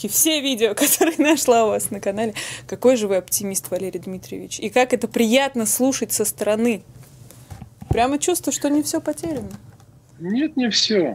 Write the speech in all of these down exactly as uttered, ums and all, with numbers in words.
практически все видео, которые нашла у вас на канале. Какой же вы оптимист, Валерий Дмитриевич. И как это приятно слушать со стороны. Прямо чувство, что не все потеряно. Нет, не все.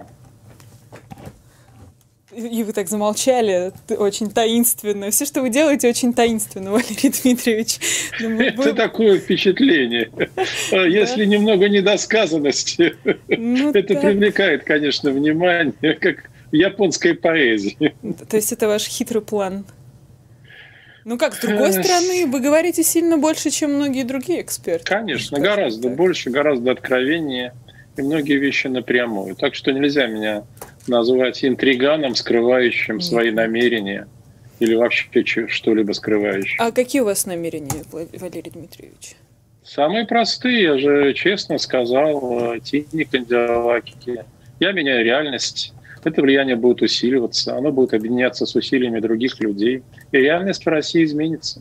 И вы так замолчали, очень таинственно. Все, что вы делаете, очень таинственно, Валерий Дмитриевич. Думаю, это вы... такое впечатление. Если немного недосказанности, ну, это так. Привлекает, конечно, внимание, как в японской поэзии. То есть это ваш хитрый план? Ну как, с другой стороны, вы говорите сильно больше, чем многие другие эксперты. Конечно, гораздо так. больше, гораздо откровеннее. И многие вещи напрямую. Так что нельзя меня назвать интриганом, скрывающим Нет. свои намерения или вообще что-либо скрывающим. А какие у вас намерения, Валерий Дмитриевич? Самые простые, я же честно сказал, Тине Канделаки. Я меняю реальность. Это влияние будет усиливаться, оно будет объединяться с усилиями других людей. И реальность в России изменится.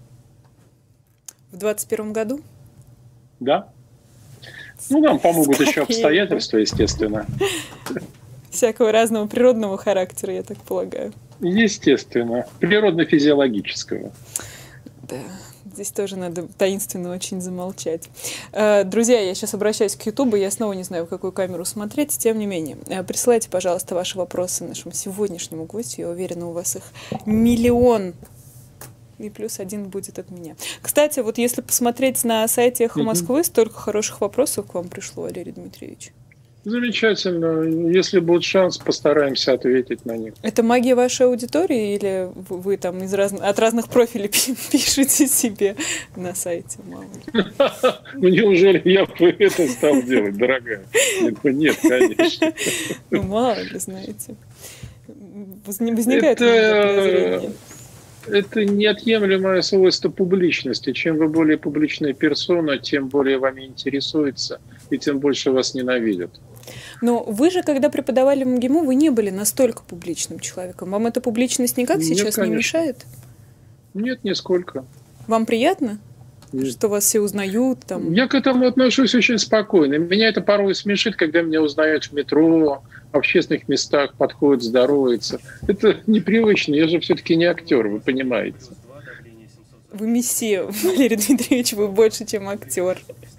В двадцать первом году? Да. Ну, нам помогут Скорее. еще обстоятельства, естественно. Всякого разного природного характера, я так полагаю. Естественно. Природно-физиологического. Да, здесь тоже надо таинственно очень замолчать. Друзья, я сейчас обращаюсь к Ютубу, я снова не знаю, в какую камеру смотреть, тем не менее. Присылайте, пожалуйста, ваши вопросы нашему сегодняшнему гостю. Я уверена, у вас их миллион. И плюс один будет от меня. Кстати, вот если посмотреть на сайте «Эхо Москвы», столько хороших вопросов к вам пришло, Валерий Дмитриевич. Замечательно. Если будет шанс, постараемся ответить на них. Это магия вашей аудитории или вы там из раз... от разных профилей пишете себе на сайте? Мало. Ну, неужели я бы это стал делать, дорогая? Нет, конечно. Ну, мало ли, знаете. Возникает подозрение. Это неотъемлемое свойство публичности. Чем вы более публичная персона, тем более вами интересуются, и тем больше вас ненавидят. Но вы же, когда преподавали в МГИМО, вы не были настолько публичным человеком. Вам эта публичность никак Нет, сейчас конечно. не мешает? Нет, нисколько. Вам приятно, Нет. что вас все узнают? Там... Я к этому отношусь очень спокойно. Меня это порой смешит, когда меня узнают в метро, в общественных местах, подходят, здороваются. Это непривычно, я же все-таки не актер, вы понимаете. Вы мессия, Валерий Дмитриевич, вы больше, чем актер.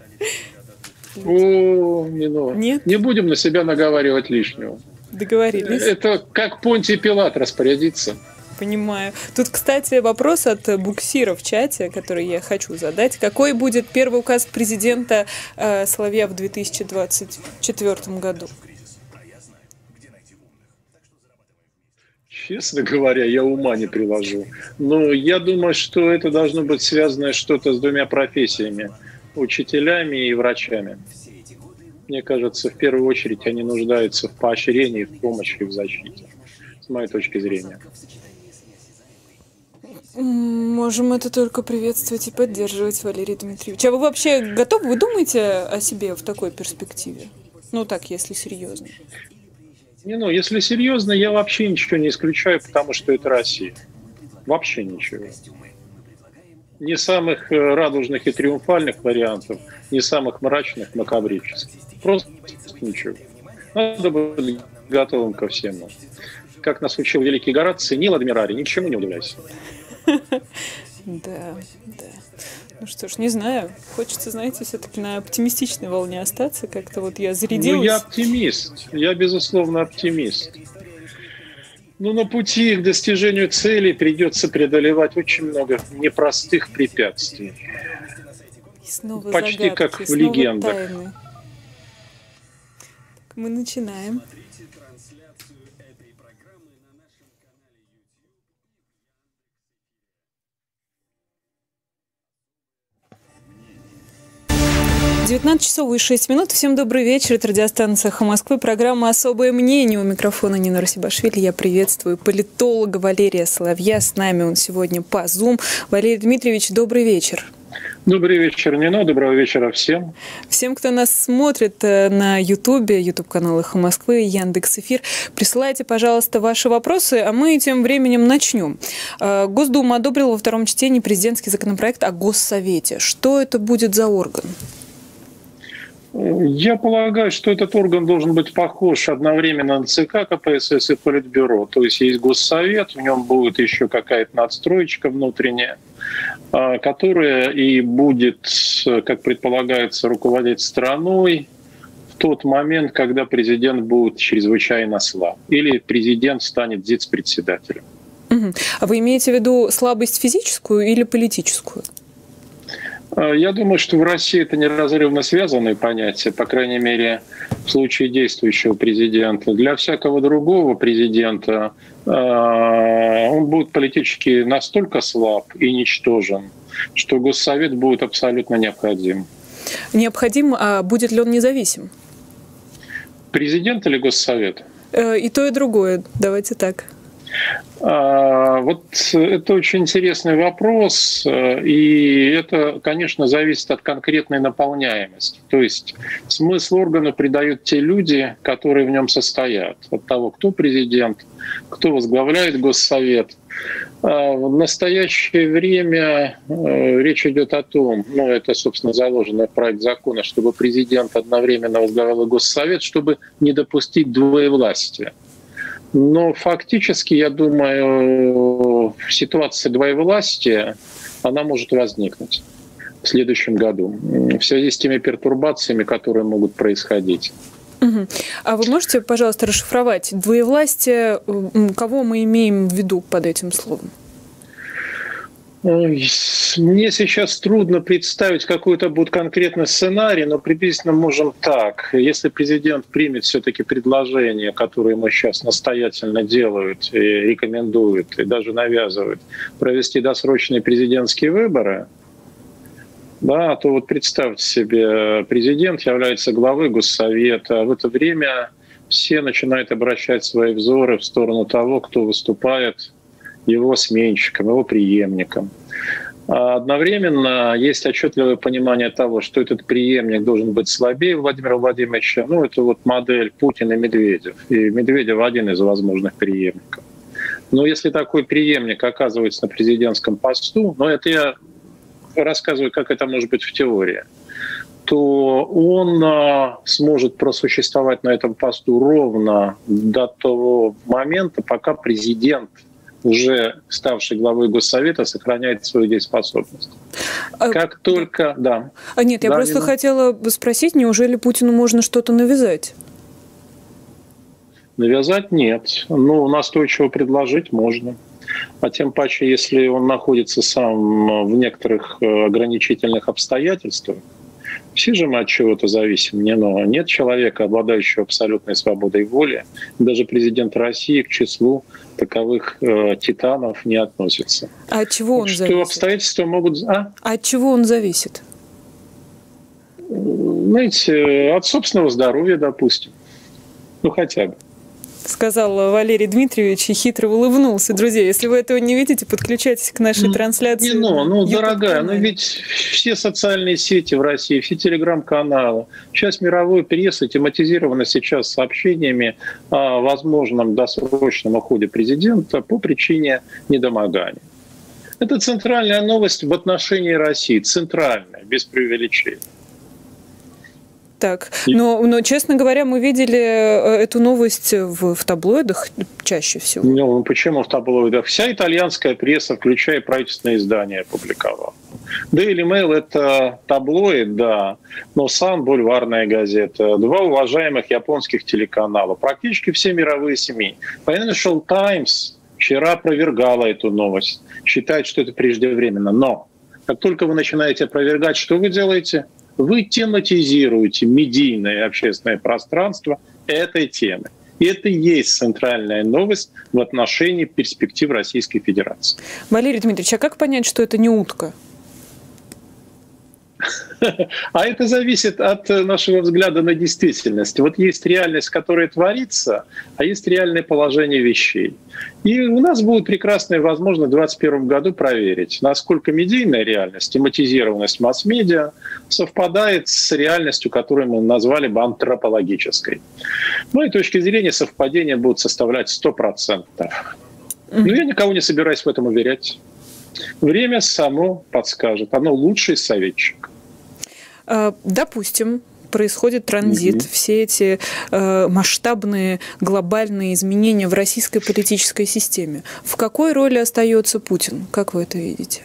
О, не, ну, Нет? не будем на себя наговаривать лишнего. Договорились. Это как Понтий Пилат распорядиться. Понимаю. Тут, кстати, вопрос от буксира в чате, который я хочу задать. Какой будет первый указ президента э, Соловья в две тысячи двадцать четвёртом году? Честно говоря, я ума не приложу. Но я думаю, что это должно быть связано что-то с двумя профессиями. Учителями и врачами. Мне кажется, в первую очередь они нуждаются в поощрении, в помощи и в защите. С моей точки зрения. Можем это только приветствовать и поддерживать, Валерий Дмитриевич. А вы вообще готовы? Вы думаете о себе в такой перспективе? Ну так, если серьезно. Не, ну, если серьезно, я вообще ничего не исключаю, потому что это Россия. Вообще ничего. Ни самых радужных и триумфальных вариантов, ни самых мрачных, макабрических. Просто ничего. Надо быть готовым ко всему. Как нас учил великий Гораций, Нил Адмирари, ничему не удивляйся. Да, да. Ну что ж, не знаю. Хочется, знаете, все-таки на оптимистичной волне остаться. Как-то вот я зарядилась. Ну, я оптимист. Я, безусловно, оптимист. Но на пути к достижению цели придется преодолевать очень много непростых препятствий. И снова Почти загадки, как в легендах. Тайны. Так мы начинаем. девятнадцать часов и шесть минут. Всем добрый вечер. Это радиостанция «Эхо Москвы». Программа «Особое мнение». У микрофона Нина Расибашвили. Я приветствую политолога Валерия Соловья. С нами он сегодня по Zoom. Валерий Дмитриевич, добрый вечер. Добрый вечер, Нина. Доброго вечера всем. Всем, кто нас смотрит на Ютубе, Ютуб-канал «Эхо Москвы», Яндекс.Эфир, присылайте, пожалуйста, ваши вопросы, а мы тем временем начнем. Госдума одобрила во втором чтении президентский законопроект о Госсовете. Что это будет за орган? Я полагаю, что этот орган должен быть похож одновременно на ЦК КПСС и Политбюро. То есть есть Госсовет, в нем будет еще какая-то надстроечка внутренняя, которая и будет, как предполагается, руководить страной в тот момент, когда президент будет чрезвычайно слаб. Или президент станет зиц-председателем. Угу. А вы имеете в виду слабость физическую или политическую? Я думаю, что в России это неразрывно связанные понятия, по крайней мере, в случае действующего президента. Для всякого другого президента он будет политически настолько слаб и ничтожен, что Госсовет будет абсолютно необходим. Необходим, а будет ли он независим? Президент или Госсовет? И то, и другое. Давайте так. Вот это очень интересный вопрос, и это, конечно, зависит от конкретной наполняемости. То есть смысл органа придают те люди, которые в нем состоят, от того, кто президент, кто возглавляет Госсовет. В настоящее время речь идет о том, ну это, собственно, заложено в проект закона, чтобы президент одновременно возглавлял Госсовет, чтобы не допустить двоевластия. Но фактически, я думаю, ситуация двоевластия, она может возникнуть в следующем году в связи с теми пертурбациями, которые могут происходить. Угу. А вы можете, пожалуйста, расшифровать двоевластие, кого мы имеем в виду под этим словом? Мне сейчас трудно представить какой-то будет конкретный сценарий, но приблизительно можем так. Если президент примет все-таки предложение, которое ему сейчас настоятельно делают и рекомендуют, и даже навязывают, провести досрочные президентские выборы, да, то вот представьте себе, президент является главой Госсовета, а в это время все начинают обращать свои взоры в сторону того, кто выступает его сменщиком, его преемником. А одновременно есть отчетливое понимание того, что этот преемник должен быть слабее Владимира Владимировича. Ну, это вот модель Путин и Медведев. И Медведев один из возможных преемников. Но если такой преемник оказывается на президентском посту, но это я рассказываю, как это может быть в теории, то он сможет просуществовать на этом посту ровно до того момента, пока президент, уже ставший главой Госсовета, сохраняет свою дееспособность. Как только... Да. А нет, я да, просто Лена? хотела спросить, неужели Путину можно что-то навязать? Навязать нет. Но настойчиво предложить можно. А тем паче, если он находится сам в некоторых ограничительных обстоятельствах. Все же мы от чего-то зависим. Не, но нет человека, обладающего абсолютной свободой воли. Даже президент России к числу таковых э, титанов не относится. А от чего он что зависит? Обстоятельства могут... А? а от чего он зависит? Знаете, от собственного здоровья, допустим. Ну, хотя бы. Сказал Валерий Дмитриевич и хитро улыбнулся. Друзья, если вы этого не видите, подключайтесь к нашей трансляции. Не, ну, ну дорогая, ну ведь все социальные сети в России, все телеграм-каналы, часть мировой прессы тематизирована сейчас сообщениями о возможном досрочном уходе президента по причине недомогания. Это центральная новость в отношении России, центральная, без преувеличения. Так, но, но, честно говоря, мы видели эту новость в, в таблоидах чаще всего. Ну, почему в таблоидах? Вся итальянская пресса, включая правительственные издания, опубликовала. Daily Mail — это таблоид, да, но Сан — бульварная газета. Два уважаемых японских телеканала, практически все мировые СМИ. Financial Times вчера опровергала эту новость, считает, что это преждевременно. Но как только вы начинаете опровергать, что вы делаете? Вы тематизируете медийное и общественное пространство этой темы. И это и есть центральная новость в отношении перспектив Российской Федерации. Валерий Дмитриевич, а как понять, что это не утка? А это зависит от нашего взгляда на действительность. Вот есть реальность, которая творится, а есть реальное положение вещей. И у нас будет прекрасная возможность в две тысячи двадцать первом году проверить, насколько медийная реальность, тематизированность масс-медиа совпадает с реальностью, которую мы назвали бы антропологической. С моей точки зрения, совпадения будут составлять сто процентов. Но я никого не собираюсь в этом уверять. Время само подскажет. Оно лучший советчик. Допустим, происходит транзит, mm-hmm. все эти э, масштабные глобальные изменения в российской политической системе. В какой роли остается Путин? Как вы это видите?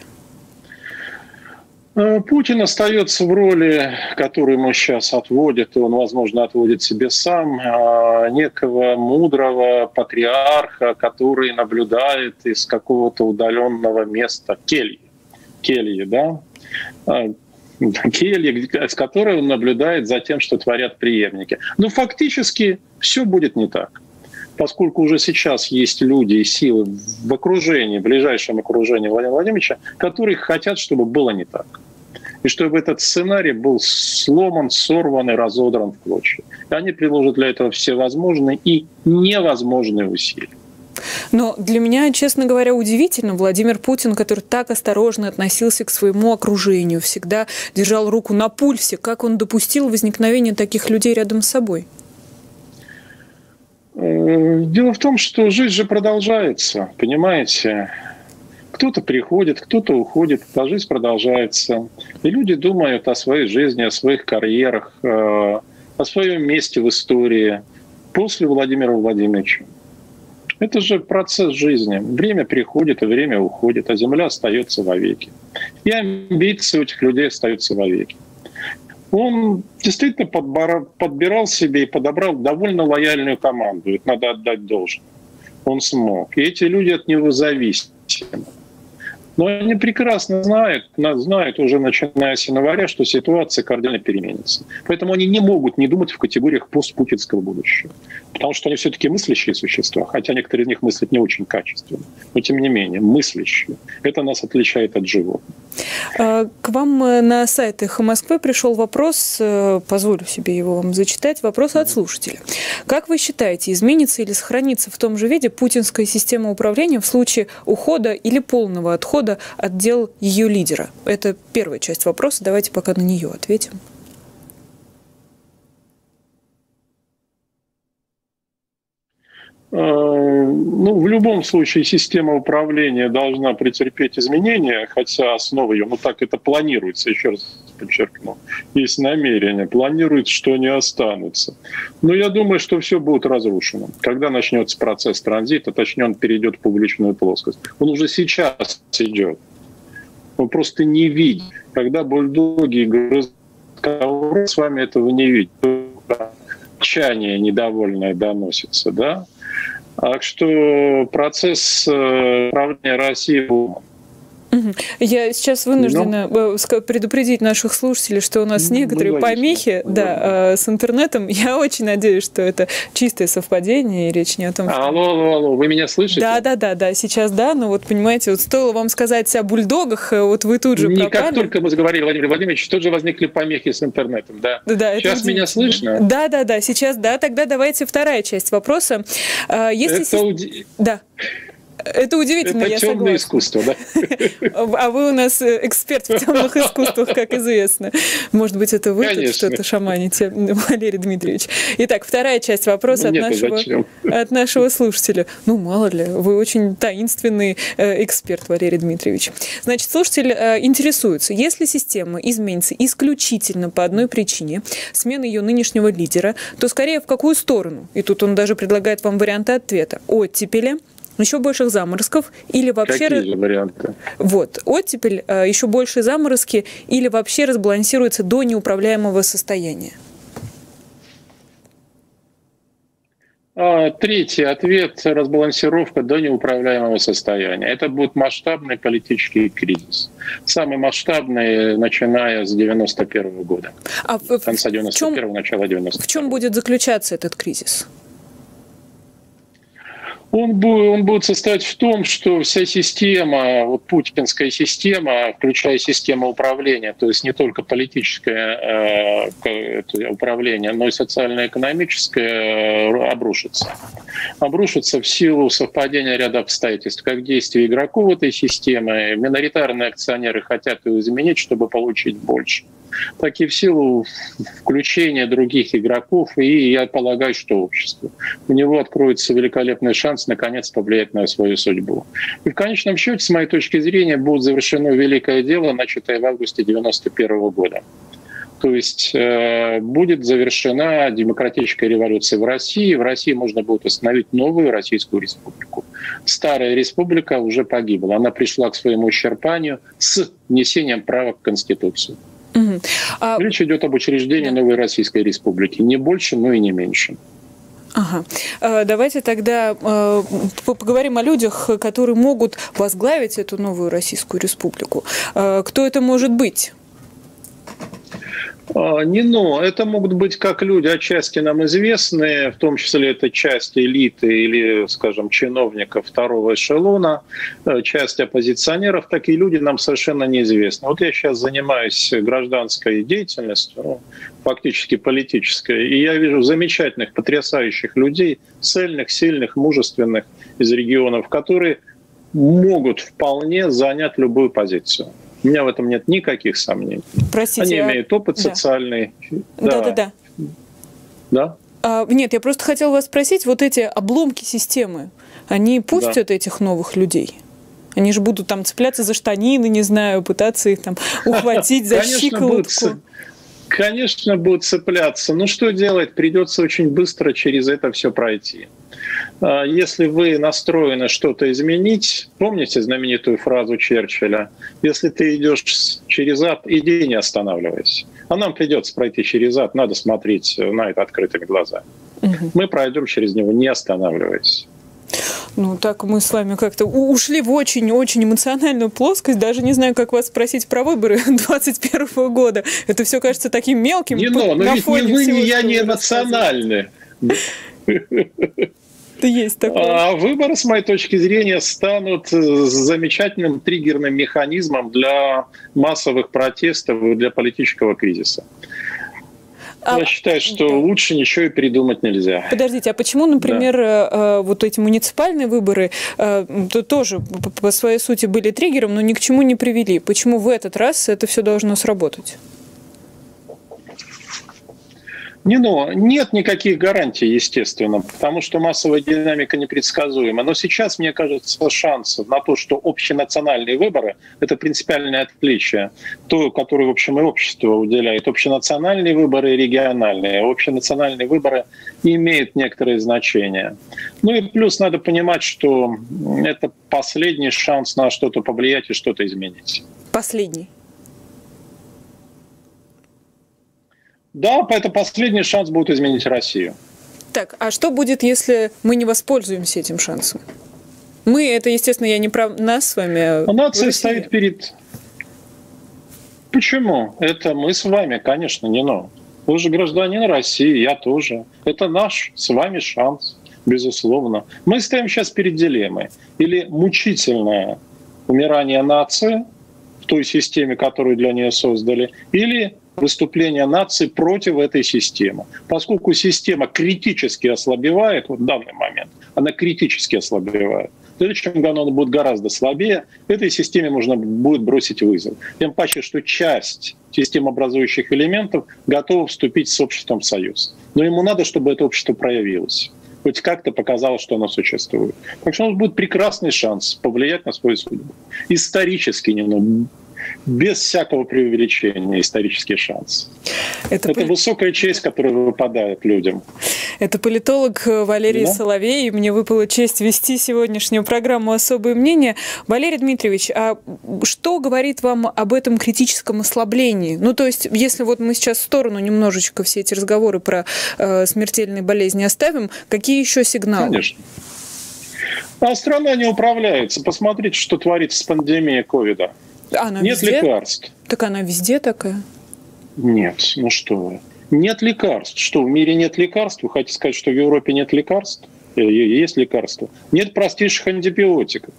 Путин остается в роли, которую ему сейчас отводит, и он, возможно, отводит себе сам, некого мудрого патриарха, который наблюдает из какого-то удаленного места кельи. Кельи, да? Кельи, с которой он наблюдает за тем, что творят преемники. Но фактически все будет не так. Поскольку уже сейчас есть люди и силы в окружении, в ближайшем окружении Владимира Владимировича, которые хотят, чтобы было не так. И чтобы этот сценарий был сломан, сорван и разодран в клочья. И они приложат для этого все возможные и невозможные усилия. Но для меня, честно говоря, удивительно, Владимир Путин, который так осторожно относился к своему окружению, всегда держал руку на пульсе, как он допустил возникновение таких людей рядом с собой? Дело в том, что жизнь же продолжается, понимаете? Кто-то приходит, кто-то уходит, а жизнь продолжается. И люди думают о своей жизни, о своих карьерах, о своем месте в истории после Владимира Владимировича. Это же процесс жизни. Время приходит, и время уходит, а земля остается вовеки. И амбиции у этих людей остаются вовеки. Он действительно подбирал себе и подобрал довольно лояльную команду. Это надо отдать должное. Он смог. И эти люди от него зависимы. Но они прекрасно знают, знают уже начиная с января, что ситуация кардинально переменится. Поэтому они не могут не думать в категориях постпутинского будущего. Потому что они все-таки мыслящие существа, хотя некоторые из них мыслят не очень качественно. Но тем не менее, мыслящие. Это нас отличает от животных. К вам на сайт «Эхо Москвы» пришел вопрос, позволю себе его вам зачитать, вопрос от слушателя. Как вы считаете, изменится или сохранится в том же виде путинская система управления в случае ухода или полного отхода от дел ее лидера? Это первая часть вопроса. Давайте пока на нее ответим. Ну, в любом случае система управления должна претерпеть изменения, хотя основа ее, ну так это планируется, еще раз подчеркну, есть намерение, планируется, что они останутся. Но я думаю, что все будет разрушено. Когда начнется процесс транзита, точнее он перейдет в публичную плоскость. Он уже сейчас идет. Он просто не видит. Когда бульдоги грызут ковры, с вами этого не видят. Отчаяние недовольное доносится, да? Так что процесс управления Россией был. Я сейчас вынуждена Но... предупредить наших слушателей, что у нас некоторые ну, помехи да, с интернетом. Я очень надеюсь, что это чистое совпадение, и речь не о том, что... Алло, алло, алло, вы меня слышите? Да, да, да, да, сейчас да, но вот понимаете, вот стоило вам сказать о бульдогах, вот вы тут же Не пропали. Как только мы заговорили, Владимир Владимирович, тут же возникли помехи с интернетом, да? Да, сейчас меня слышно? Да, да, да, сейчас да, тогда давайте вторая часть вопроса. Если... Это уди... Да. Это удивительно, это я темное согласна. искусство, да? А вы у нас эксперт в темных искусствах, как известно. Может быть, это вы тут что-то шаманите, Валерий Дмитриевич. Итак, вторая часть вопроса от нашего, от нашего слушателя. Ну, мало ли, вы очень таинственный эксперт, Валерий Дмитриевич. Значит, слушатель интересуется, если система изменится исключительно по одной причине, смена ее нынешнего лидера, то скорее в какую сторону? И тут он даже предлагает вам варианты ответа. Оттепели, еще больших заморозков или вообще... Какие же варианты? Вот, оттепель, еще большие заморозки или вообще разбалансируется до неуправляемого состояния? Третий ответ – разбалансировка до неуправляемого состояния. Это будет масштабный политический кризис. Самый масштабный, начиная с девяносто первого года. А в, конца девяносто первого, начала девяносто первого. В чем будет заключаться этот кризис? Он будет, он будет состоять в том, что вся система, вот путинская система, включая систему управления, то есть не только политическое э, управление, но и социально-экономическое, э, обрушится. Обрушится в силу совпадения ряда обстоятельств, как действия игроков в этой системе. Миноритарные акционеры хотят ее изменить, чтобы получить больше. Так и в силу включения других игроков, и я полагаю, что общество. У него откроется великолепный шанс наконец повлиять на свою судьбу. И в конечном счете, с моей точки зрения, будет завершено великое дело, начатое в августе девяносто первого года. То есть э, будет завершена демократическая революция в России. В России можно будет установить новую Российскую Республику. Старая республика уже погибла. Она пришла к своему исчерпанию с внесением правок в Конституцию. Угу. А... Речь идет об учреждении да. новой Российской Республики. Не больше, но и не меньше. Ага. Давайте тогда поговорим о людях, которые могут возглавить эту новую Российскую Республику. Кто это может быть? Не но. Это могут быть как люди, отчасти нам известные, в том числе это часть элиты или, скажем, чиновников второго эшелона, часть оппозиционеров. Такие люди нам совершенно неизвестны. Вот я сейчас занимаюсь гражданской деятельностью, ну, фактически политической, и я вижу замечательных, потрясающих людей, цельных, сильных, мужественных из регионов, которые могут вполне занять любую позицию. У меня в этом нет никаких сомнений. Простите, Они а... имеют опыт социальный. Да-да-да. Да? А, нет, я просто хотела вас спросить, вот эти обломки системы, они пустят да. этих новых людей? Они же будут там цепляться за штанины, не знаю, пытаться их там ухватить за щиколотку. Конечно, будут цепляться. Но что делать? Придется очень быстро через это все пройти. Если вы настроены что-то изменить, помните знаменитую фразу Черчилля: если ты идешь через ад, иди, не останавливайся. А нам придется пройти через ад, надо смотреть на это открытыми глазами. Угу. Мы пройдем через него, не останавливаясь. Ну, так мы с вами как-то ушли в очень-очень эмоциональную плоскость. Даже не знаю, как вас спросить про выборы двадцать первого года. Это все кажется таким мелким. Не, но, но ведь ни вы, ни я не эмоциональны. Есть такое. А выборы, с моей точки зрения, станут замечательным триггерным механизмом для массовых протестов и для политического кризиса. Я а, считаю, что да. лучше ничего и придумать нельзя. Подождите, а почему, например, да. вот эти муниципальные выборы то тоже по своей сути были триггером, но ни к чему не привели? Почему в этот раз это все должно сработать? Не, ну, нет никаких гарантий, естественно, потому что массовая динамика непредсказуема. Но сейчас, мне кажется, шансов на то, что общенациональные выборы – это принципиальное отличие, то, которое, в общем, и общество уделяет. Общенациональные выборы и региональные. Общенациональные выборы имеют некоторое значение. Ну и плюс надо понимать, что это последний шанс на что-то повлиять и что-то изменить. Последний? Да, это последний шанс будет изменить Россию. Так, а что будет, если мы не воспользуемся этим шансом? Мы, это, естественно, я не про нас с вами. А нация стоит перед... Почему? Это мы с вами, конечно, не но. Вы же гражданин России, я тоже. Это наш с вами шанс, безусловно. Мы стоим сейчас перед дилеммой. Или мучительное умирание нации в той системе, которую для нее создали, или выступление нации против этой системы. Поскольку система критически ослабевает, вот в данный момент, она критически ослабевает. В следующем году она будет гораздо слабее, этой системе можно будет бросить вызов. Тем паче, что часть системообразующих элементов готова вступить с обществом в союз. Но ему надо, чтобы это общество проявилось. Хоть как-то показало, что оно существует. Так что у нас будет прекрасный шанс повлиять на свою судьбу. Исторически немного. Без всякого преувеличения исторический шанс. Это, Это пол... высокая честь, которая выпадает людям. Это политолог Валерий да? Соловей. И мне выпала честь вести сегодняшнюю программу «Особое мнение». Валерий Дмитриевич, а что говорит вам об этом критическом ослаблении? Ну, то есть, если вот мы сейчас в сторону немножечко все эти разговоры про э, смертельные болезни оставим, какие еще сигналы? Конечно. А страна не управляется. Посмотрите, что творится с пандемией ковида. Она Нет везде? лекарств. Так она везде такая? Нет, ну что вы. Нет лекарств. Что, в мире нет лекарств? Вы хотите сказать, что в Европе нет лекарств? Есть лекарства. Нет простейших антибиотиков.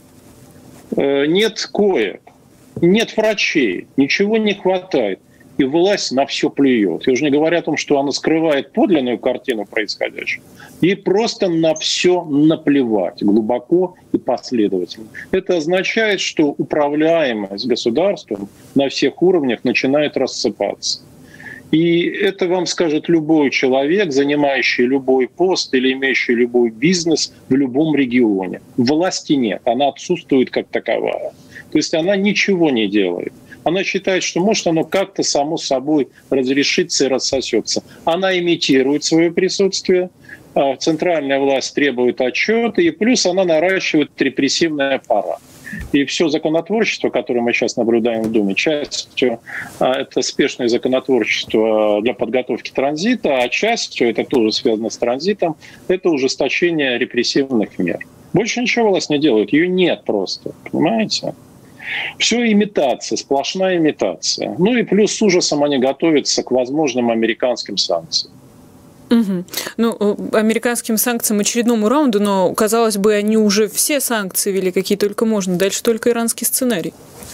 Нет коек. Нет врачей. Ничего не хватает. И власть на все плюет. Я уже не говоря о том, что она скрывает подлинную картину происходящего. Ей просто на все наплевать, глубоко и последовательно. Это означает, что управляемость государством на всех уровнях начинает рассыпаться. И это вам скажет любой человек, занимающий любой пост или имеющий любой бизнес в любом регионе. Власти нет, она отсутствует как таковая. То есть она ничего не делает. Она считает, что может оно как-то само собой разрешится и рассосется. Она имитирует свое присутствие, центральная власть требует отчета, и плюс она наращивает репрессивный аппарат. И все законотворчество, которое мы сейчас наблюдаем в Думе, частью это спешное законотворчество для подготовки транзита, а частью, это тоже связано с транзитом, это ужесточение репрессивных мер. Больше ничего власть не делает, ее нет просто, понимаете? Все имитация, сплошная имитация. Ну и плюс с ужасом они готовятся к возможным американским санкциям. Угу. Ну, американским санкциям очередному раунду, но, казалось бы, они уже все санкции ввели, какие только можно. Дальше только иранский сценарий.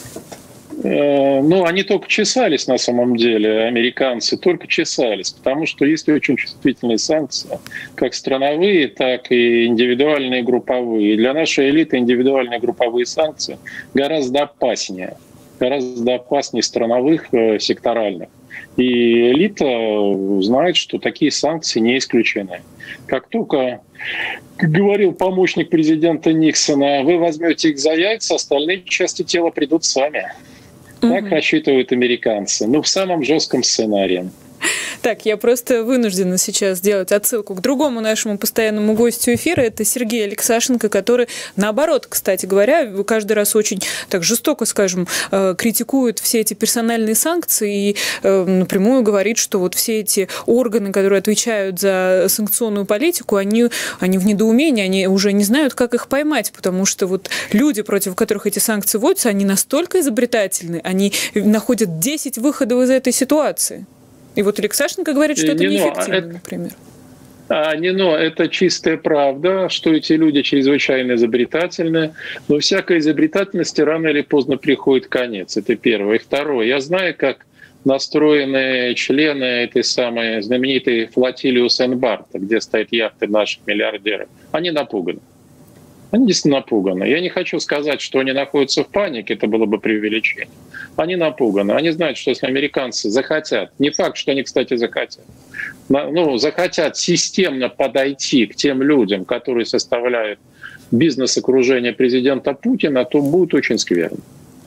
Ну, они только чесались на самом деле, американцы только чесались, потому что есть очень чувствительные санкции, как страновые, так и индивидуальные, групповые. И для нашей элиты индивидуальные групповые санкции гораздо опаснее, гораздо опаснее страновых, секторальных. И элита знает, что такие санкции не исключены. Как только, как говорил помощник президента Никсона, вы возьмете их за яйца, остальные части тела придут сами. Так угу. рассчитывают американцы. Ну, в самом жестком сценарии. Так, я просто вынуждена сейчас сделать отсылку к другому нашему постоянному гостю эфира. Это Сергей Алексашенко, который, наоборот, кстати говоря, каждый раз очень так жестоко, скажем, критикует все эти персональные санкции и напрямую говорит, что вот все эти органы, которые отвечают за санкционную политику, они, они в недоумении, они уже не знают, как их поймать, потому что вот люди, против которых эти санкции вводятся, они настолько изобретательны, они находят десять выходов из этой ситуации. И вот Алексашенко говорит, что это неэффективно, это, например. А, не, но это чистая правда, что эти люди чрезвычайно изобретательны, но всякой изобретательности рано или поздно приходит конец. Это первое. И второе. Я знаю, как настроены члены этой самой знаменитой флотилии Сен-Барта, где стоят яхты наших миллиардеров. Они напуганы. Они действительно напуганы. Я не хочу сказать, что они находятся в панике, это было бы преувеличение. Они напуганы. Они знают, что если американцы захотят, не факт, что они, кстати, захотят, ну, захотят системно подойти к тем людям, которые составляют бизнес-окружение президента Путина, то будет очень скверно.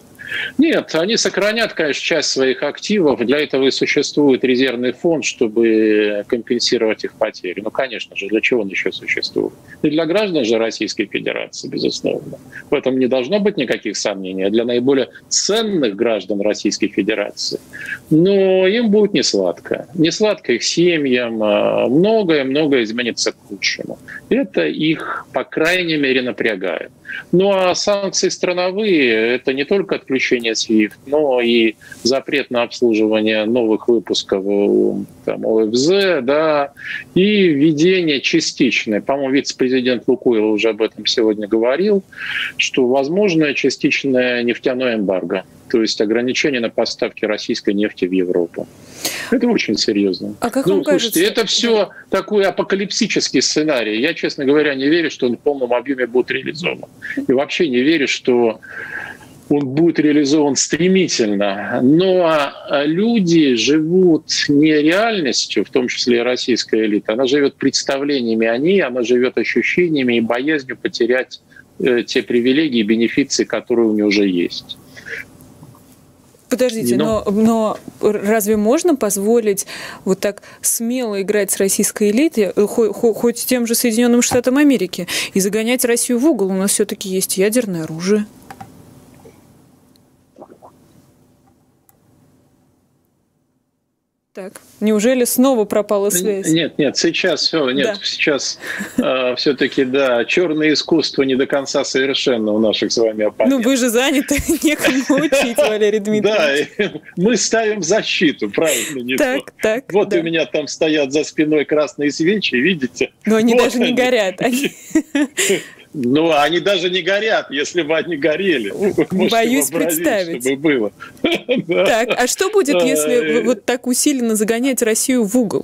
Нет, они сохранят, конечно, часть своих активов. Для этого и существует резервный фонд, чтобы компенсировать их потери. Ну, конечно же, для чего он еще существует? И для граждан же Российской Федерации, безусловно. В этом не должно быть никаких сомнений. А для наиболее ценных граждан Российской Федерации. Но им будет несладко. Несладко их семьям. Многое-многое изменится к лучшему. Это их, по крайней мере, напрягает. Ну а санкции страновые — это не только отключение свифт, но и запрет на обслуживание новых выпусков там, О Эф Зэ, да, и введение частичное. По-моему, вице-президент Лукойл уже об этом сегодня говорил, что возможно частичное нефтяное эмбарго, то есть ограничение на поставки российской нефти в Европу. Это очень серьезно. А как ну, вам слушайте, кажется? Это все такой апокалипсический сценарий. Я, честно говоря, не верю, что он в полном объеме будет реализован. И вообще не верю, что он будет реализован стремительно. Но люди живут не реальностью, в том числе и российская элита. Она живет представлениями о ней, она живет ощущениями и боязнью потерять те привилегии и бенефиции, которые у нее уже есть. Подождите, но... Но, но разве можно позволить вот так смело играть с российской элитой, хоть, хоть с тем же Соединенным Штатам Америки, и загонять Россию в угол? У нас все-таки есть ядерное оружие. Так, неужели снова пропала связь? Нет, нет, сейчас все, нет, да. сейчас э, все-таки, да, черное искусство не до конца совершенно у наших с вами оппонентов. Ну, вы же заняты, некому учить, Валерий Дмитриевич. Да, мы ставим защиту, правильно? Не так, то. так, Вот да. У меня там стоят за спиной красные свечи, видите? Но они вот даже они. не горят. Ну, они даже не горят, если бы они горели. Боюсь представить. Чтобы было. Так, а что будет, если вот так усиленно загонять Россию в угол?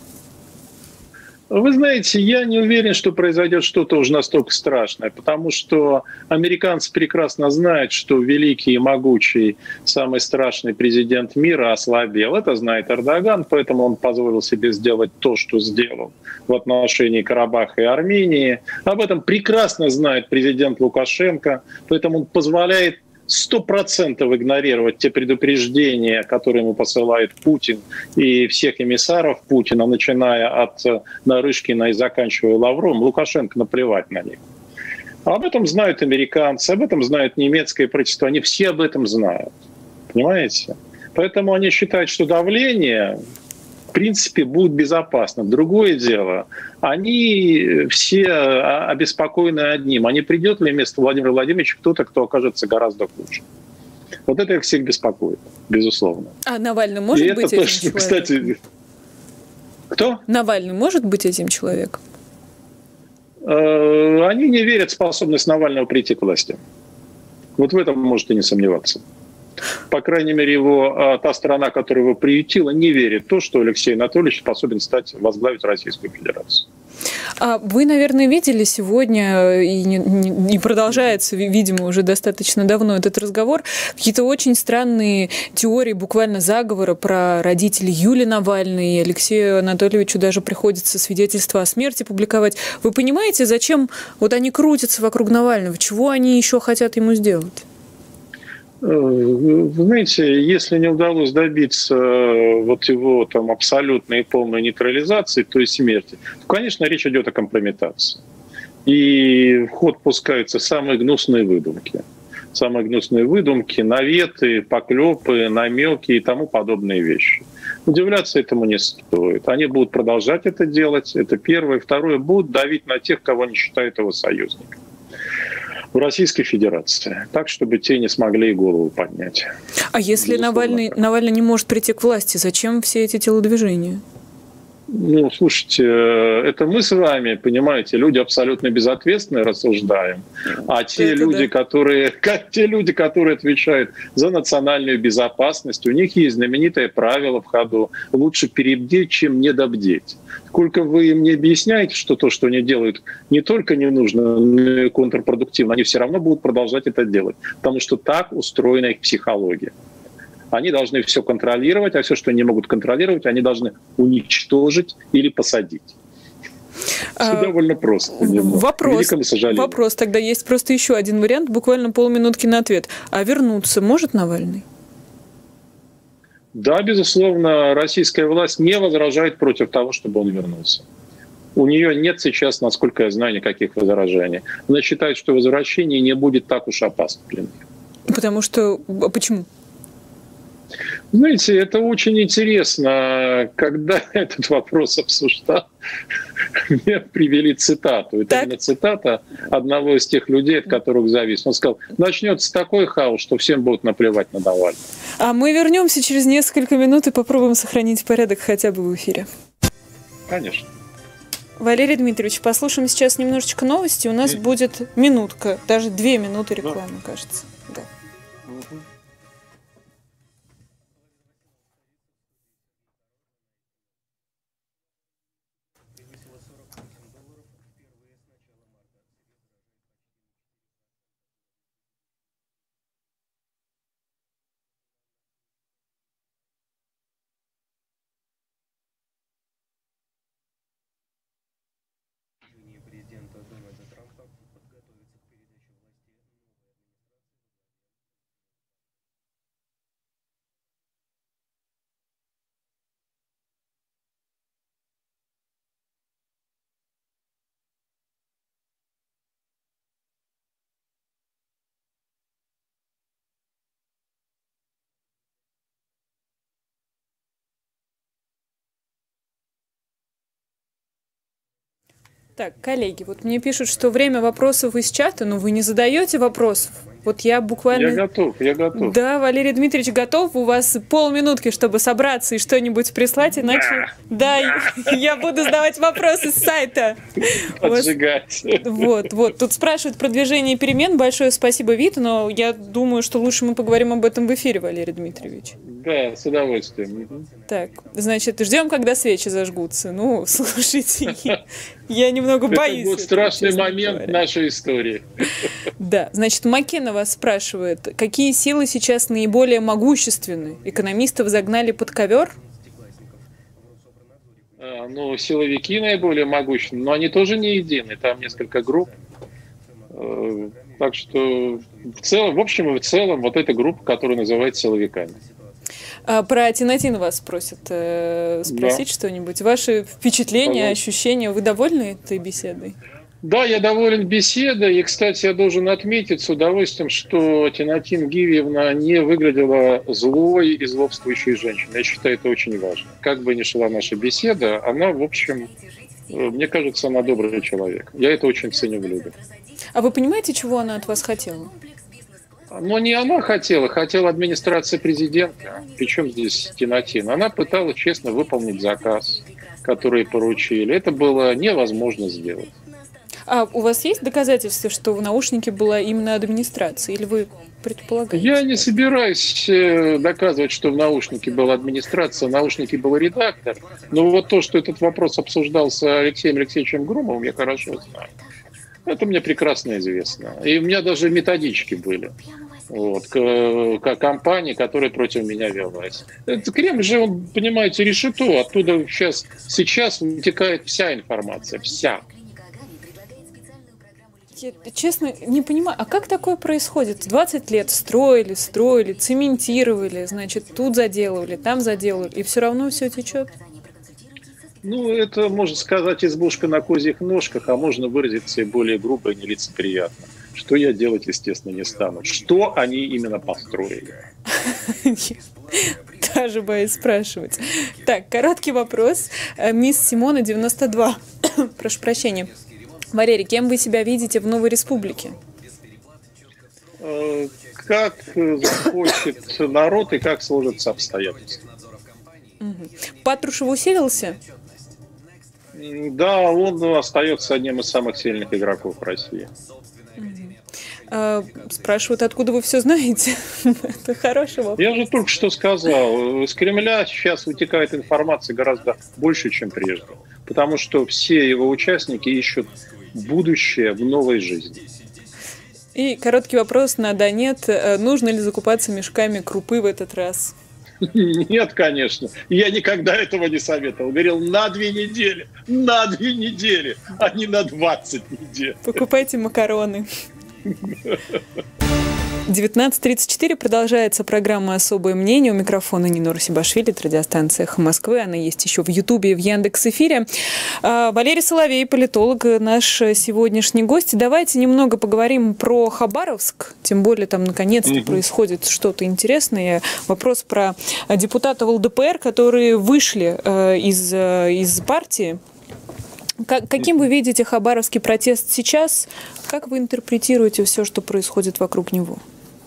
Вы знаете, я не уверен, что произойдет что-то уже настолько страшное, потому что американцы прекрасно знают, что великий и могучий, самый страшный президент мира ослабел. Это знает Эрдоган, поэтому он позволил себе сделать то, что сделал в отношении Карабаха и Армении. Об этом прекрасно знает президент Лукашенко, поэтому он позволяет сто процентов игнорировать те предупреждения, которые ему посылает Путин и всех эмиссаров Путина, начиная от Нарышкина и заканчивая Лавровым, Лукашенко наплевать на них. Об этом знают американцы, об этом знают немецкое правительство, они все об этом знают. Понимаете? Поэтому они считают, что давление, в принципе, будет безопасно. Другое дело, они все обеспокоены одним. А не придет ли вместо Владимира Владимировича кто-то, кто окажется гораздо хуже? Вот это их всех беспокоит, безусловно. А Навальный может И быть это этим точно, человеком? кстати, кто? Навальный может быть этим человеком? Они не верят в способность Навального прийти к власти. Вот в этом можете не сомневаться. По крайней мере, его та сторона, которая его приютила, не верит в то, что Алексей Анатольевич способен стать возглавить Российскую Федерацию. А вы, наверное, видели сегодня, и не, не продолжается, видимо, уже достаточно давно этот разговор, какие-то очень странные теории, буквально заговора про родителей Юлии Навальной, и Алексею Анатольевичу даже приходится свидетельство о смерти публиковать. Вы понимаете, зачем вот они крутятся вокруг Навального? Чего они еще хотят ему сделать? Вы знаете, если не удалось добиться вот его там абсолютной и полной нейтрализации, то есть смерти, то, конечно, речь идет о компрометации. И в ход пускаются самые гнусные выдумки. Самые гнусные выдумки, наветы, поклепы, намеки и тому подобные вещи. Удивляться этому не стоит. Они будут продолжать это делать. Это первое. Второе, будут давить на тех, кого не считают его союзниками в Российской Федерации, так, чтобы те не смогли и голову поднять. А если Навальный, Навальный не может прийти к власти, зачем все эти телодвижения? Ну, слушайте, это мы с вами, понимаете, люди абсолютно безответственные рассуждаем, а те это люди, да. которые, как те люди, которые отвечают за национальную безопасность, у них есть знаменитое правило в ходу: лучше перебдеть, чем недобдеть. Сколько вы им не объясняете, что то, что они делают, не только не нужно, но и контрпродуктивно, они все равно будут продолжать это делать, потому что так устроена их психология. Они должны все контролировать, а все, что они не могут контролировать, они должны уничтожить или посадить. Все а, довольно просто. Вопрос, вопрос тогда есть просто еще один вариант, буквально полминутки на ответ. А вернуться может Навальный? Да, безусловно, российская власть не возражает против того, чтобы он вернулся. У нее нет сейчас, насколько я знаю, никаких возражений. Она считает, что возвращение не будет так уж опасно для них. Потому что... Почему? Знаете, это очень интересно. Когда этот вопрос обсуждал, мне привели цитату. Это именно цитата одного из тех людей, от которых завис. Он сказал: начнется такой хаос, что всем будут наплевать на Навального. А мы вернемся через несколько минут и попробуем сохранить порядок хотя бы в эфире. Конечно. Валерий Дмитриевич, послушаем сейчас немножечко новости. У нас mm. будет минутка, даже две минуты рекламы, mm. кажется. Да. Mm-hmm. Президента Дональда Трампа подготовиться к передаче власти новой Так, коллеги, вот мне пишут, что время вопросов из чата, но вы не задаете вопросов. Вот я буквально... Я готов, я готов. Да, Валерий Дмитриевич готов. У вас полминутки, чтобы собраться и что-нибудь прислать, иначе... Да, да я буду задавать вопросы с сайта. Поджигать. Вот, вот. Тут спрашивают про движение перемен. Большое спасибо, Вита, но я думаю, что лучше мы поговорим об этом в эфире, Валерий Дмитриевич. Да, с удовольствием. Так, значит, ждем, когда свечи зажгутся. Ну, слушайте, я немного боюсь. Это будет страшный момент нашей истории. Да, значит, Маккена вас спрашивает, какие силы сейчас наиболее могущественны? Экономистов загнали под ковер? А, ну, силовики наиболее могущественны, но они тоже не едины. Там несколько групп. Так что в целом, в общем и в целом, вот эта группа, которая называется силовиками. А про Тинатин вас просят э, спросить Да. что-нибудь. Ваши впечатления, Пожалуйста. ощущения, вы довольны этой беседой? Да, я доволен беседой. И, кстати, я должен отметить с удовольствием, что Тинатин Гивьевна не выглядела злой и злобствующей женщиной. Я считаю, это очень важно. Как бы ни шла наша беседа, она, в общем, мне кажется, она добрый человек. Я это очень ценю в людях. А вы понимаете, чего она от вас хотела? Но не она хотела, хотела администрация президента. Причем здесь Тинатин? Она пыталась честно выполнить заказ, который поручили. Это было невозможно сделать. А у вас есть доказательства, что в наушнике была именно администрация? Или вы предполагаете? Я не собираюсь э, доказывать, что в наушнике была администрация, в наушнике был редактор. Но вот то, что этот вопрос обсуждался Алексеем Алексеевичем Громовым, я хорошо знаю. Это мне прекрасно известно. И у меня даже методички были. Вот, к, к компании, которая против меня велась. Это Кремль же, он, понимаете, решето. Оттуда сейчас, сейчас утекает вся информация. Вся. Я, честно, не понимаю, а как такое происходит? двадцать лет строили, строили, цементировали, значит, тут заделывали, там заделывали, и все равно все течет? Ну, это, можно сказать, избушка на козьих ножках, а можно выразиться и более грубо и нелицеприятно. Что я делать, естественно, не стану. Что они именно построили? Даже боюсь спрашивать. Так, короткий вопрос. Мисс Симона, девяносто два. Прошу прощения. Валерий, кем вы себя видите в новой республике? Как захочет народ и как сложатся обстоятельства. Угу. Патрушев усилился? Да, он остается одним из самых сильных игроков в России. А, спрашивают, откуда вы все знаете? Это хороший вопрос. Я же только что сказал, из Кремля сейчас вытекает информация гораздо больше, чем прежде. Потому что все его участники ищут будущее в новой жизни. И короткий вопрос на да-нет. Нужно ли закупаться мешками крупы в этот раз? Нет, конечно. Я никогда этого не советовал. Говорил, на две недели. На две недели, а не на двадцать недель. Покупайте макароны. девятнадцать тридцать четыре продолжается программа «Особое мнение». У микрофона Нина Русибашвили, от радиостанции «Эхо Москвы». Она есть еще в Ютубе и в Яндекс.Эфире. Валерий Соловей, политолог, наш сегодняшний гость. Давайте немного поговорим про Хабаровск. Тем более там наконец-то mm-hmm. происходит что-то интересное. Вопрос про депутатов ЛДПР, которые вышли из, из партии. Как, каким вы видите хабаровский протест сейчас? Как вы интерпретируете все, что происходит вокруг него?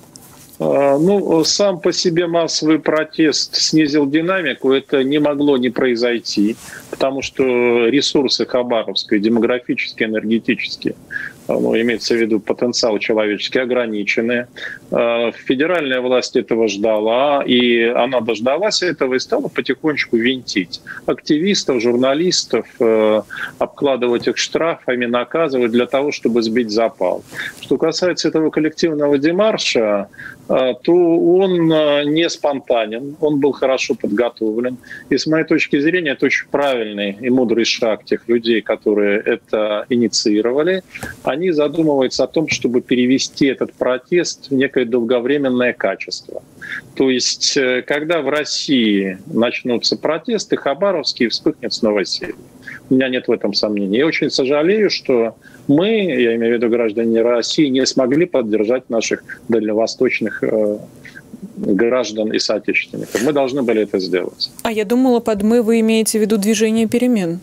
Ну, сам по себе массовый протест снизил динамику. Это не могло не произойти, потому что ресурсы Хабаровска, демографические, энергетические, ну, имеется в виду потенциал человеческий, ограничены. Федеральная власть этого ждала, и она дождалась этого и стала потихонечку винтить активистов, журналистов, обкладывать их штрафами, наказывать для того, чтобы сбить запал. Что касается этого коллективного демарша, то он не спонтанен, он был хорошо подготовлен. И с моей точки зрения, это очень правильный и мудрый шаг тех людей, которые это инициировали. Они задумываются о том, чтобы перевести этот протест в некое долговременное качество. То есть, когда в России начнутся протесты, Хабаровский вспыхнет с новой силой. У меня нет в этом сомнений. Я очень сожалею, что мы, я имею в виду граждане России, не смогли поддержать наших дальневосточных э, граждан и соотечественников. Мы должны были это сделать. А я думала, под «мы» вы имеете в виду движение перемен.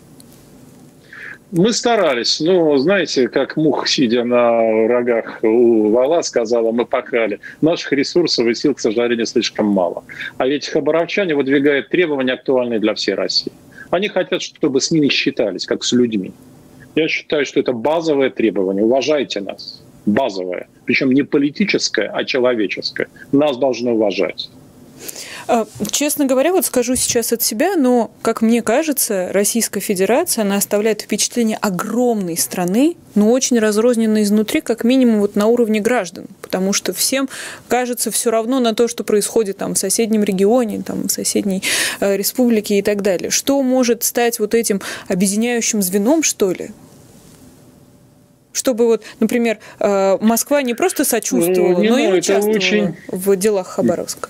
Мы старались, но, знаете, как мух, сидя на рогах у вала, сказала, мы пахали. Наших ресурсов и сил, к сожалению, слишком мало. А ведь хабаровчане выдвигают требования, актуальные для всей России. Они хотят, чтобы с ними считались, как с людьми. Я считаю, что это базовое требование. Уважайте нас. Базовое. Причем не политическое, а человеческое. Нас должны уважать. Честно говоря, вот скажу сейчас от себя, но, как мне кажется, Российская Федерация, она оставляет впечатление огромной страны, но очень разрозненной изнутри, как минимум вот на уровне граждан. Потому что всем кажется все равно на то, что происходит там в соседнем регионе, там, в соседней э, республике и так далее. Что может стать вот этим объединяющим звеном, что ли? Чтобы вот, например, Москва не просто сочувствовала, не, но ну, и участвовала очень... в делах Хабаровска.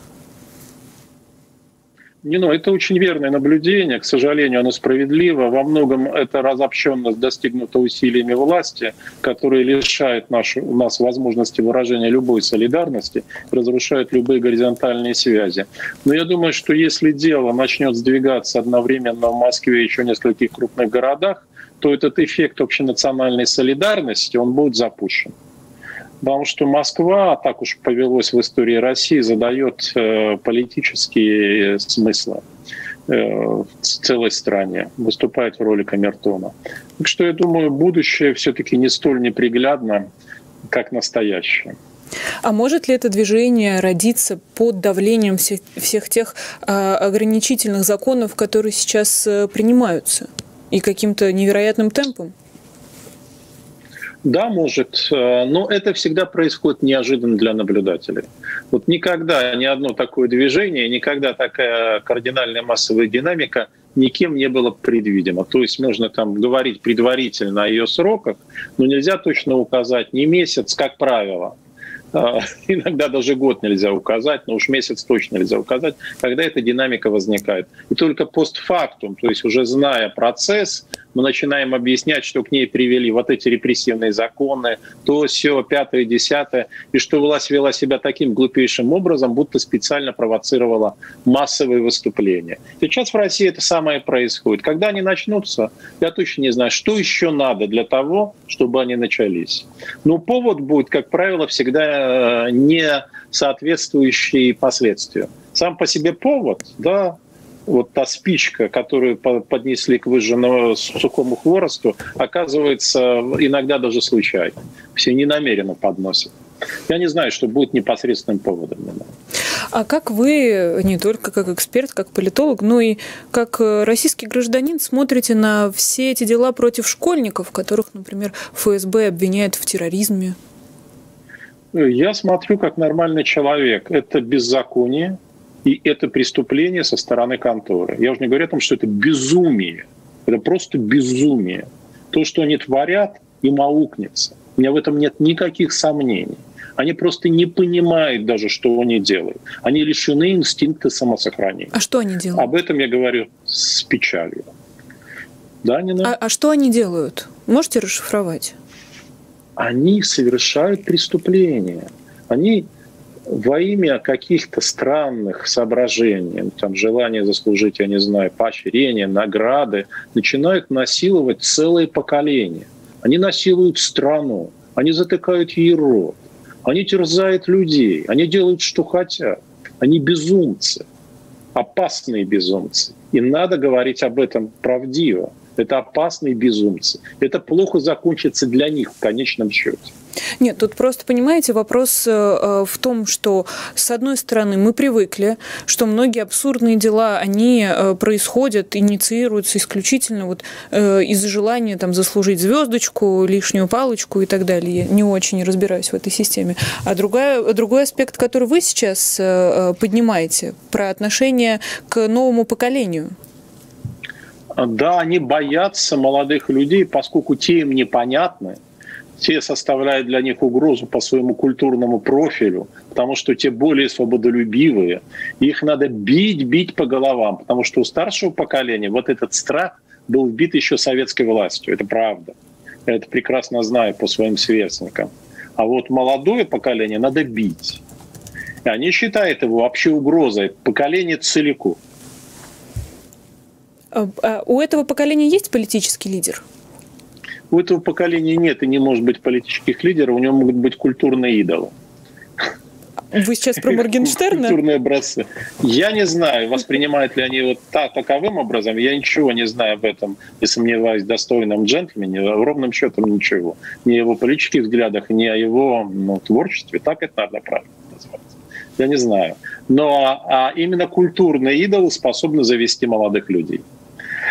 Не, ну, это очень верное наблюдение, к сожалению, оно справедливо. Во многом это разобщенность достигнута усилиями власти, которые лишают нашу, нас возможности выражения любой солидарности, разрушают любые горизонтальные связи. Но я думаю, что если дело начнет сдвигаться одновременно в Москве и еще в нескольких крупных городах, то этот эффект общенациональной солидарности, он будет запущен. Потому что Москва, так уж повелось в истории России, задает э, политические смыслы э, в целой стране, выступает в роли камертона. Так что я думаю, будущее все-таки не столь неприглядно, как настоящее. А может ли это движение родиться под давлением всех, всех тех э, ограничительных законов, которые сейчас э, принимаются, и каким-то невероятным темпом? Да, может, но это всегда происходит неожиданно для наблюдателей. Вот никогда ни одно такое движение, никогда такая кардинальная массовая динамика никем не было предвидимо. То есть можно там говорить предварительно о ее сроках, но нельзя точно указать ни месяц, как правило. Иногда даже год нельзя указать, но уж месяц точно нельзя указать, когда эта динамика возникает. И только постфактум, то есть уже зная процесс, мы начинаем объяснять, что к ней привели вот эти репрессивные законы, то, сё, пятое, десятое, и что власть вела себя таким глупейшим образом, будто специально провоцировала массовые выступления. Сейчас в России это самое происходит. Когда они начнутся, я точно не знаю, что еще надо для того, чтобы они начались. Но повод будет, как правило, всегда не соответствующий последствию. Сам по себе повод, да, вот та спичка, которую поднесли к выжженному сухому хворосту, оказывается иногда даже случайно. Все ненамеренно подносят. Я не знаю, что будет непосредственным поводом. А как вы, не только как эксперт, как политолог, но и как российский гражданин, смотрите на все эти дела против школьников, которых, например, эф эс бэ обвиняет в терроризме? Я смотрю как нормальный человек. Это беззаконие. И это преступление со стороны конторы. Я уже не говорю о том, что это безумие. Это просто безумие. То, что они творят, им аукнется. У меня в этом нет никаких сомнений. Они просто не понимают даже, что они делают. Они лишены инстинкта самосохранения. А что они делают? Об этом я говорю с печалью. Да, Нина? А, а что они делают? Можете расшифровать? Они совершают преступления. Они во имя каких-то странных соображений, там, желания заслужить, я не знаю, поощрения, награды, начинают насиловать целое поколение. Они насилуют страну, они затыкают ей рот, они терзают людей, они делают, что хотят. Они безумцы, опасные безумцы. И надо говорить об этом правдиво. Это опасные безумцы. Это плохо закончится для них в конечном счете. Нет, тут просто, понимаете, вопрос в том, что, с одной стороны, мы привыкли, что многие абсурдные дела, они происходят, инициируются исключительно вот из-за желания там, заслужить звездочку, лишнюю палочку и так далее. Я не очень разбираюсь в этой системе. А другая, другой аспект, который вы сейчас поднимаете, про отношение к новому поколению. Да, они боятся молодых людей, поскольку те им непонятны. Те составляют для них угрозу по своему культурному профилю, потому что те более свободолюбивые. Их надо бить, бить по головам, потому что у старшего поколения вот этот страх был вбит еще советской властью. Это правда. Я это прекрасно знаю по своим сверстникам. А вот молодое поколение надо бить. И они считают его вообще угрозой поколения целиком. А у этого поколения есть политический лидер? У этого поколения нет и не может быть политических лидеров, у него могут быть культурные идолы. Вы сейчас про Моргенштерна? Культурные образцы. Я не знаю, воспринимают ли они вот так, таковым образом. Я ничего не знаю об этом и сомневаюсь в достойном джентльмене. Ровным счетом ничего. Ни о его политических взглядах, ни о его ну, творчестве. Так это надо правильно назвать. Я не знаю. Но а именно культурные идолы способны завести молодых людей.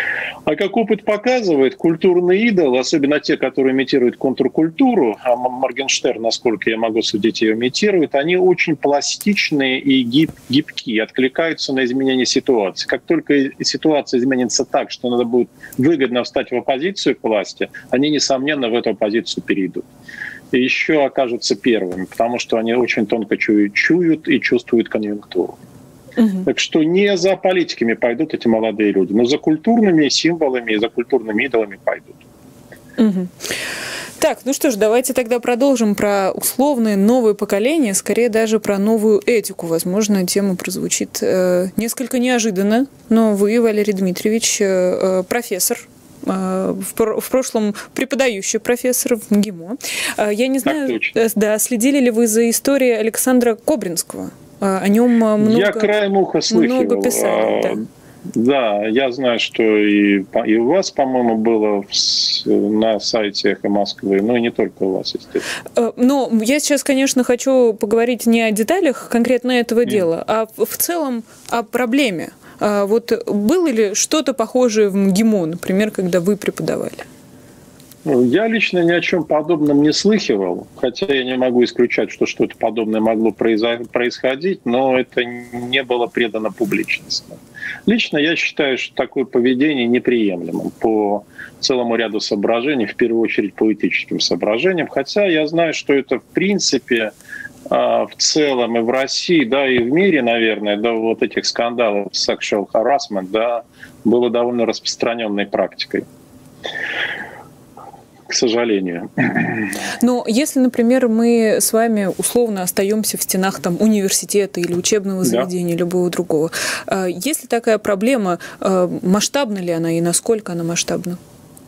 А как опыт показывает, культурные идолы, особенно те, которые имитируют контркультуру, а Моргенштерн, насколько я могу судить, ее имитирует, они очень пластичные и гиб, гибкие, откликаются на изменение ситуации. Как только ситуация изменится так, что надо будет выгодно встать в оппозицию к власти, они, несомненно, в эту оппозицию перейдут. И еще окажутся первыми, потому что они очень тонко чуют, чуют и чувствуют конъюнктуру. Угу. Так что не за политиками пойдут эти молодые люди, но за культурными символами и за культурными идолами пойдут. Угу. Так, ну что ж, давайте тогда продолжим про условное новое поколение, скорее даже про новую этику. Возможно, тема прозвучит э, несколько неожиданно, но вы, Валерий Дмитриевич, э, профессор, в прошлом преподающий профессор в МГИМО. Я не знаю, да, следили ли вы за историей Александра Кобринского? О нем много, я краем уха слыхивал. Много писали, да. Да, я знаю, что и, и у вас, по-моему, было в, на сайте «Эхо Москвы», но и не только у вас, естественно. Но я сейчас, конечно, хочу поговорить не о деталях конкретно этого mm. дела, а в целом о проблеме. Вот было ли что-то похожее в МГИМО, например, когда вы преподавали? Я лично ни о чем подобном не слыхивал, хотя я не могу исключать, что что-то подобное могло происходить, но это не было предано публичности. Лично я считаю, что такое поведение неприемлемым по целому ряду соображений, в первую очередь по этическим соображениям, хотя я знаю, что это в принципе в целом и в России, да, и в мире, наверное, да, вот этих скандалов sexual harassment, да, было довольно распространенной практикой. К сожалению. Но если, например, мы с вами условно остаемся в стенах там, университета или учебного заведения, да, любого другого, есть ли такая проблема, масштабна ли она и насколько она масштабна?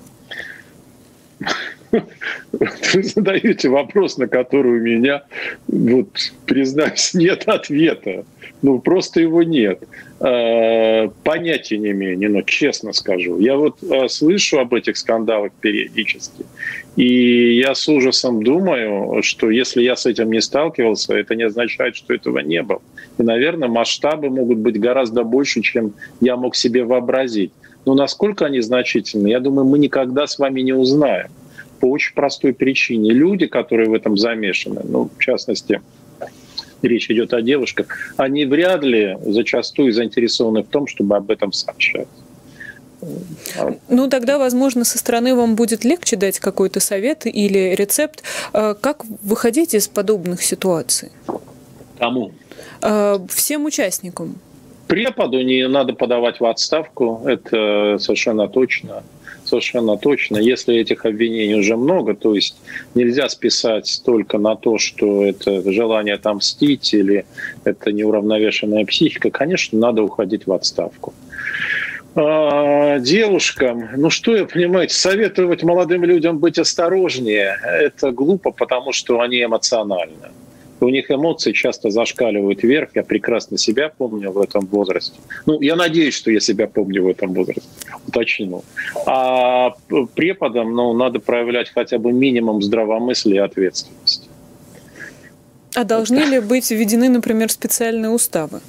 Вы задаете вопрос, на который у меня, вот, признаюсь, нет ответа. Ну, просто его нет. Понятия не имею, но честно скажу. Я вот слышу об этих скандалах периодически, и я с ужасом думаю, что если я с этим не сталкивался, это не означает, что этого не было. И, наверное, масштабы могут быть гораздо больше, чем я мог себе вообразить. Но насколько они значительны, я думаю, мы никогда с вами не узнаем. По очень простой причине. Люди, которые в этом замешаны, ну, в частности, речь идет о девушках, они вряд ли зачастую заинтересованы в том, чтобы об этом сообщать. Ну, тогда, возможно, со стороны вам будет легче дать какой-то совет или рецепт, как выходить из подобных ситуаций. Кому? Всем участникам. Преподу не надо подавать в отставку, это совершенно точно. Совершенно точно. Если этих обвинений уже много, то есть нельзя списать только на то, что это желание отомстить или это неуравновешенная психика, конечно, надо уходить в отставку. А, девушкам, ну что я, понимаете, советовать молодым людям быть осторожнее, это глупо, потому что они эмоциональны. У них эмоции часто зашкаливают вверх. Я прекрасно себя помню в этом возрасте. Ну, я надеюсь, что я себя помню в этом возрасте. Уточню. А преподам, ну, надо проявлять хотя бы минимум здравомыслия и ответственности. А должны ли быть введены, например, специальные уставы?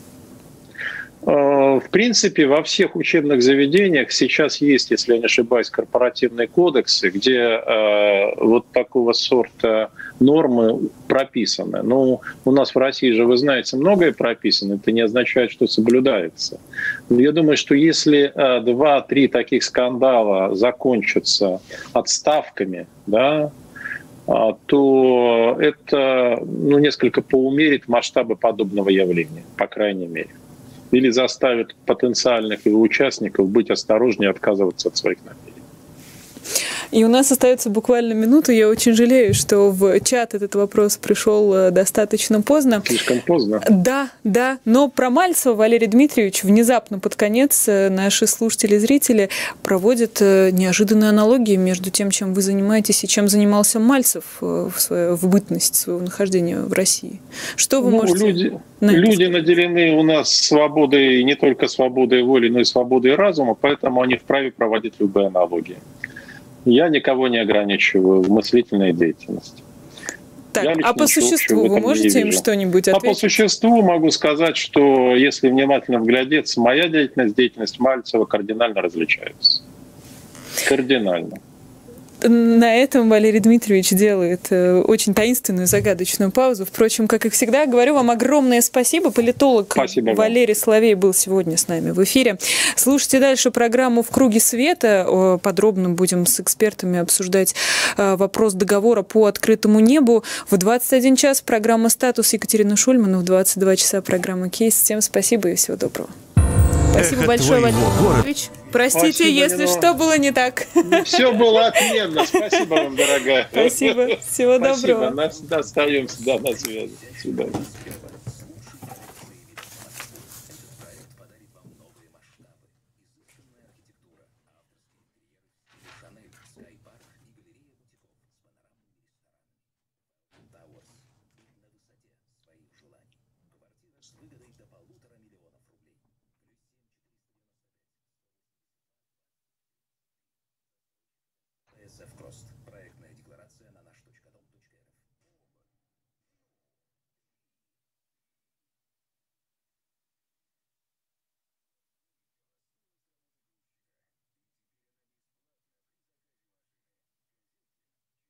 В принципе, во всех учебных заведениях сейчас есть, если я не ошибаюсь, корпоративные кодексы, где э, вот такого сорта нормы прописаны. Ну, у нас в России же, вы знаете, многое прописано, это не означает, что соблюдается. Но я думаю, что если э, два-три таких скандала закончатся отставками, да, э, то это, ну, несколько поумерит масштабы подобного явления, по крайней мере. Или заставит потенциальных его участников быть осторожнее, отказываться от своих намерений. И у нас остается буквально минута. Я очень жалею, что в чат этот вопрос пришел достаточно поздно. Слишком поздно? Да, да. Но про Мальцева, Валерий Дмитриевич, внезапно под конец наши слушатели и зрители проводят неожиданные аналогии между тем, чем вы занимаетесь, и чем занимался Мальцев в, свою, в бытность своего нахождения в России. Что вы ну, можете... Люди, на люди наделены у нас свободой, не только свободой воли, но и свободой разума, поэтому они вправе проводить любые аналогии. Я никого не ограничиваю в мыслительной деятельности. Так, Я а лично по ничего общего существу в вы этом не можете им вижу. что-нибудь А по ответить? существу могу сказать, что если внимательно вглядеться, моя деятельность, деятельность Мальцева кардинально различаются. Кардинально. На этом Валерий Дмитриевич делает э, очень таинственную, загадочную паузу. Впрочем, как и всегда, говорю вам огромное спасибо. Политолог Спасибо вам. Валерий Соловей был сегодня с нами в эфире. Слушайте дальше программу «В круге света». О, подробно будем с экспертами обсуждать э, вопрос договора по открытому небу. В двадцать один час программа «Статус» Екатерина Шульмана, в двадцать два часа программа «Кейс». Всем спасибо и всего доброго. Спасибо Эхо большое, твоего Валерий города. Дмитриевич. Простите, Спасибо, если Нина. что было не так. Все было отменно. Спасибо вам, дорогая. Спасибо. Всего Спасибо. доброго. Нас, да, остаемся да, на связи. До свидания. Крост.